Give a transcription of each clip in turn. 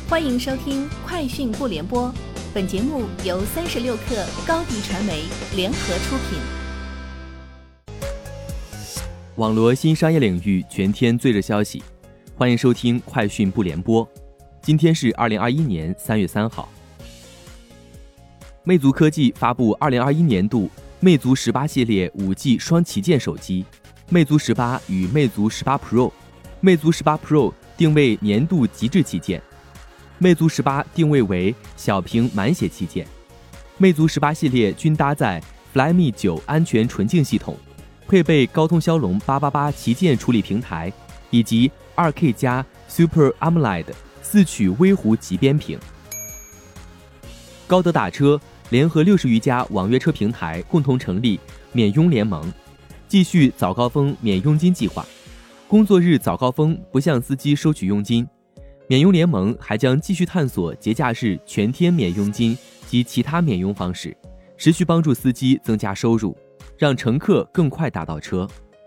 欢迎收听快讯不联播，本节目由36克高迪传媒联合出品。 网罗新商业领域全天最热消息，欢迎收听快讯不联播。今天是2021年3月3号。魅族科技发布2021年度魅族18系列 5G 双旗舰手机，魅族18与魅族18 Pro。魅族18 Pro 定位年度极致旗舰，魅族18定位为小屏满血旗舰。魅族18系列均搭载 Flyme 9安全纯净系统，配备高通骁龙888旗舰处理平台以及 2K 加 Super AMOLED 4曲微弧极边屏。高德打车联合60余家网约车平台共同成立免佣联盟，继续早高峰免佣金计划。工作日早高峰不向司机收取佣金。免佣联盟还将继续探索节假日全天免佣金及其他免佣方式，持续帮助司机增加收入，让乘客更快打到车。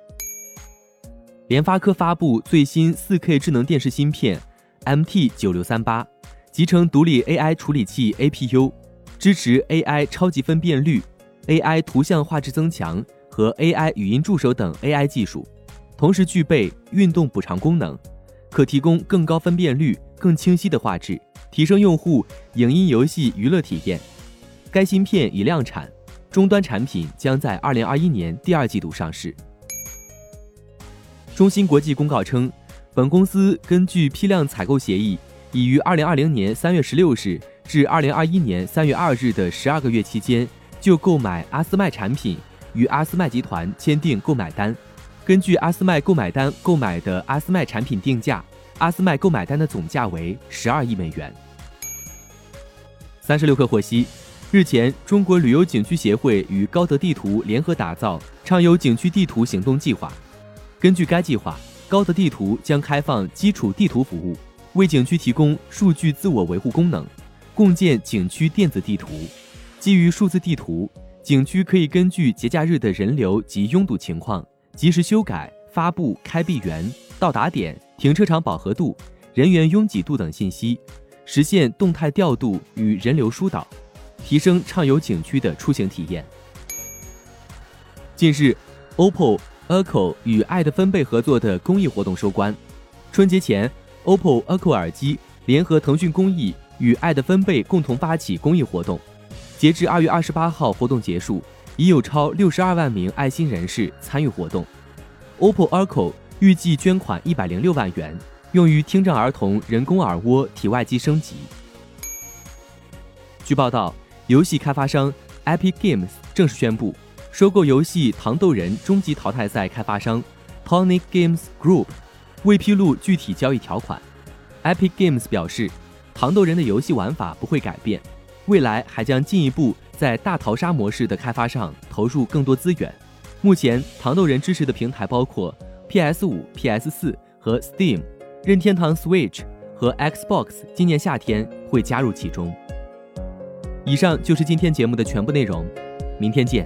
联发科发布最新 4K 智能电视芯片 MT9638， 集成独立 AI 处理器 APU， 支持 AI 超级分辨率、AI 图像画质增强和 AI 语音助手等 AI 技术，同时具备运动补偿功能，可提供更高分辨率、更清晰的画质，提升用户影音游戏娱乐体验。该芯片已量产，终端产品将在2021年第2季度上市。中芯国际公告称，本公司根据批量采购协议，已于2020年3月16日至2021年3月2日的12个月期间，就购买阿斯麦产品与阿斯麦集团签订购买单。根据阿斯麦购买单购买的阿斯麦产品定价，阿斯麦购买单的总价为12亿美元。36氪获悉，日前中国旅游景区协会与高德地图联合打造畅游景区地图行动计划。根据该计划，高德地图将开放基础地图服务，为景区提供数据自我维护功能，共建景区电子地图。基于数字地图，景区可以根据节假日的人流及拥堵情况及时修改、发布开闭园、到达点、停车场饱和度、人员拥挤度等信息，实现动态调度与人流疏导，提升畅游景区的出行体验。近日 OPPO、OCO 与爱的分贝合作的公益活动收官。春节前 OPPO、OCO 耳机联合腾讯公益与爱的分贝共同发起公益活动，截至2月28号活动结束，已有超62万名爱心人士参与活动。OPPO OCO 预计捐款106万元，用于听障儿童人工耳蜗体外机升级。据报道，游戏开发商 Epic Games 正式宣布收购游戏《糖豆人》终极淘汰赛开发商 Tonic Games Group， 未披露具体交易条款。Epic Games 表示，糖豆人的游戏玩法不会改变，未来还将进一步在大逃杀模式的开发上投入更多资源。目前糖豆人支持的平台包括 PS5、PS4 和 Steam， 任天堂 Switch 和 Xbox 今年夏天会加入其中。以上就是今天节目的全部内容，明天见。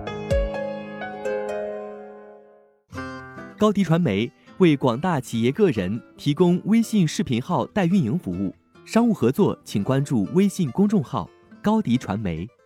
高迪传媒为广大企业个人提供微信视频号代运营服务，商务合作请关注微信公众号高迪传媒。